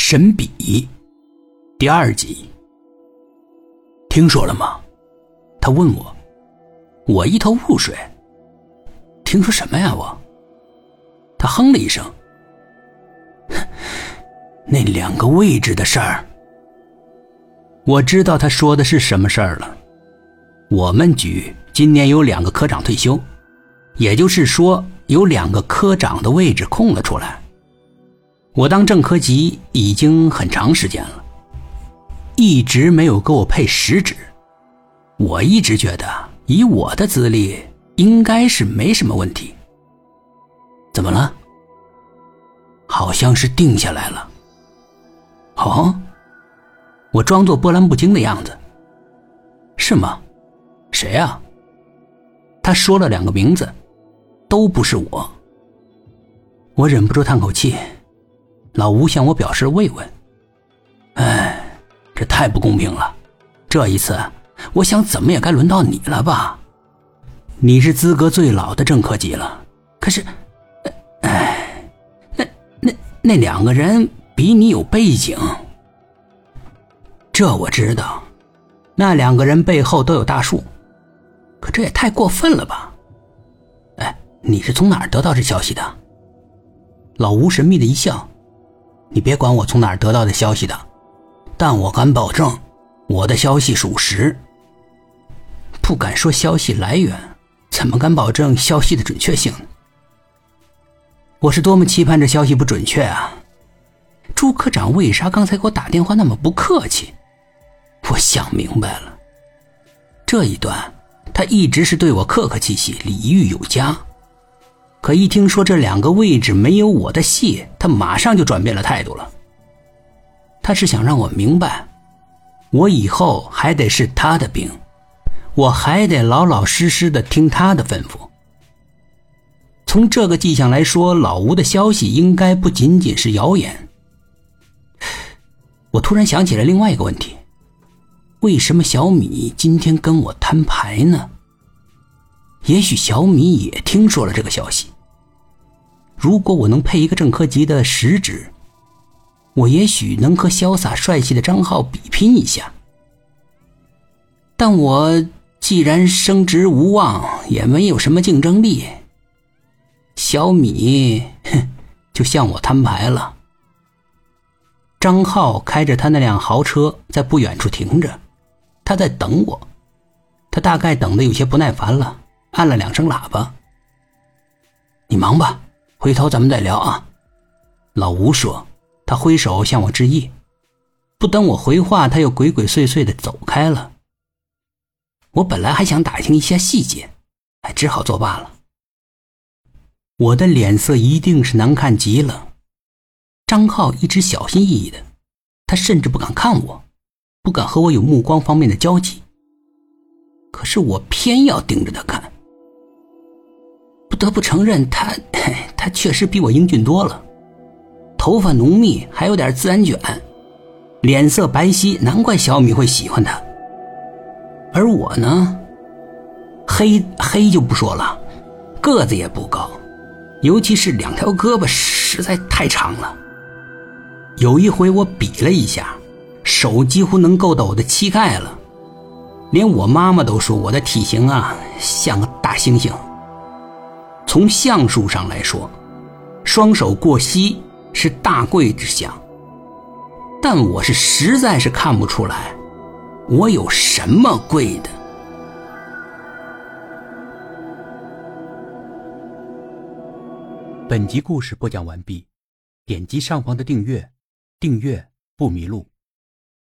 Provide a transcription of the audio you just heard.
神笔第2集。听说了吗？他问我。我一头雾水。听说什么呀我？他哼了一声。那2个位置的事儿。我知道他说的是什么事儿了。我们局今年有2个科长退休，也就是说有2个科长的位置空了出来。我当正科级已经很长时间了，一直没有给我配实职。我一直觉得以我的资历应该是没什么问题。怎么了？好像是定下来了。哦？我装作波澜不惊的样子。是吗？谁啊？他说了2个名字，都不是我。我忍不住叹口气。老吴向我表示慰问。哎，这太不公平了。这一次我想怎么也该轮到你了吧。你是资格最老的正科级了，可是那2个人比你有背景。这我知道，那2个人背后都有大树，可这也太过分了吧。你是从哪儿得到这消息的？老吴神秘的一笑。你别管我从哪儿得到的消息的，但我敢保证我的消息属实。不敢说消息来源，怎么敢保证消息的准确性呢？我是多么期盼这消息不准确啊。朱科长为啥刚才给我打电话那么不客气？我想明白了，这一段他一直是对我客客气气，礼遇有加。可一听说这2个位置没有我的戏，他马上就转变了态度了。他是想让我明白，我以后还得是他的兵，我还得老老实实的听他的吩咐。从这个迹象来说，老吴的消息应该不仅仅是谣言。我突然想起了另外一个问题，为什么小米今天跟我摊牌呢？也许小米也听说了这个消息。如果我能配一个正科级的实职，我也许能和潇洒帅气的张浩比拼一下。但我既然升职无望，也没有什么竞争力，小米就向我摊牌了。张浩开着他那辆豪车在不远处停着，他在等我。他大概等得有些不耐烦了，按了2声喇叭。你忙吧，回头咱们再聊啊。老吴说，他挥手向我致意。不等我回话，他又鬼鬼祟祟地走开了。我本来还想打听一下细节，只好作罢了。我的脸色一定是难看极了。张浩一直小心翼翼的，他甚至不敢看我，不敢和我有目光方面的交集。可是我偏要盯着他看。不得不承认，他确实比我英俊多了，头发浓密，还有点自然卷，脸色白皙，难怪小米会喜欢他。而我呢，黑就不说了，个子也不高，尤其是2条胳膊实在太长了。有一回我比了一下，手几乎能够到我的膝盖了，连我妈妈都说我的体型像个大猩猩。从相术上来说，双手过膝是大贵之相，但我实在是看不出来我有什么贵的。 本集故事播讲完毕，点击上方的订阅，订阅不迷路。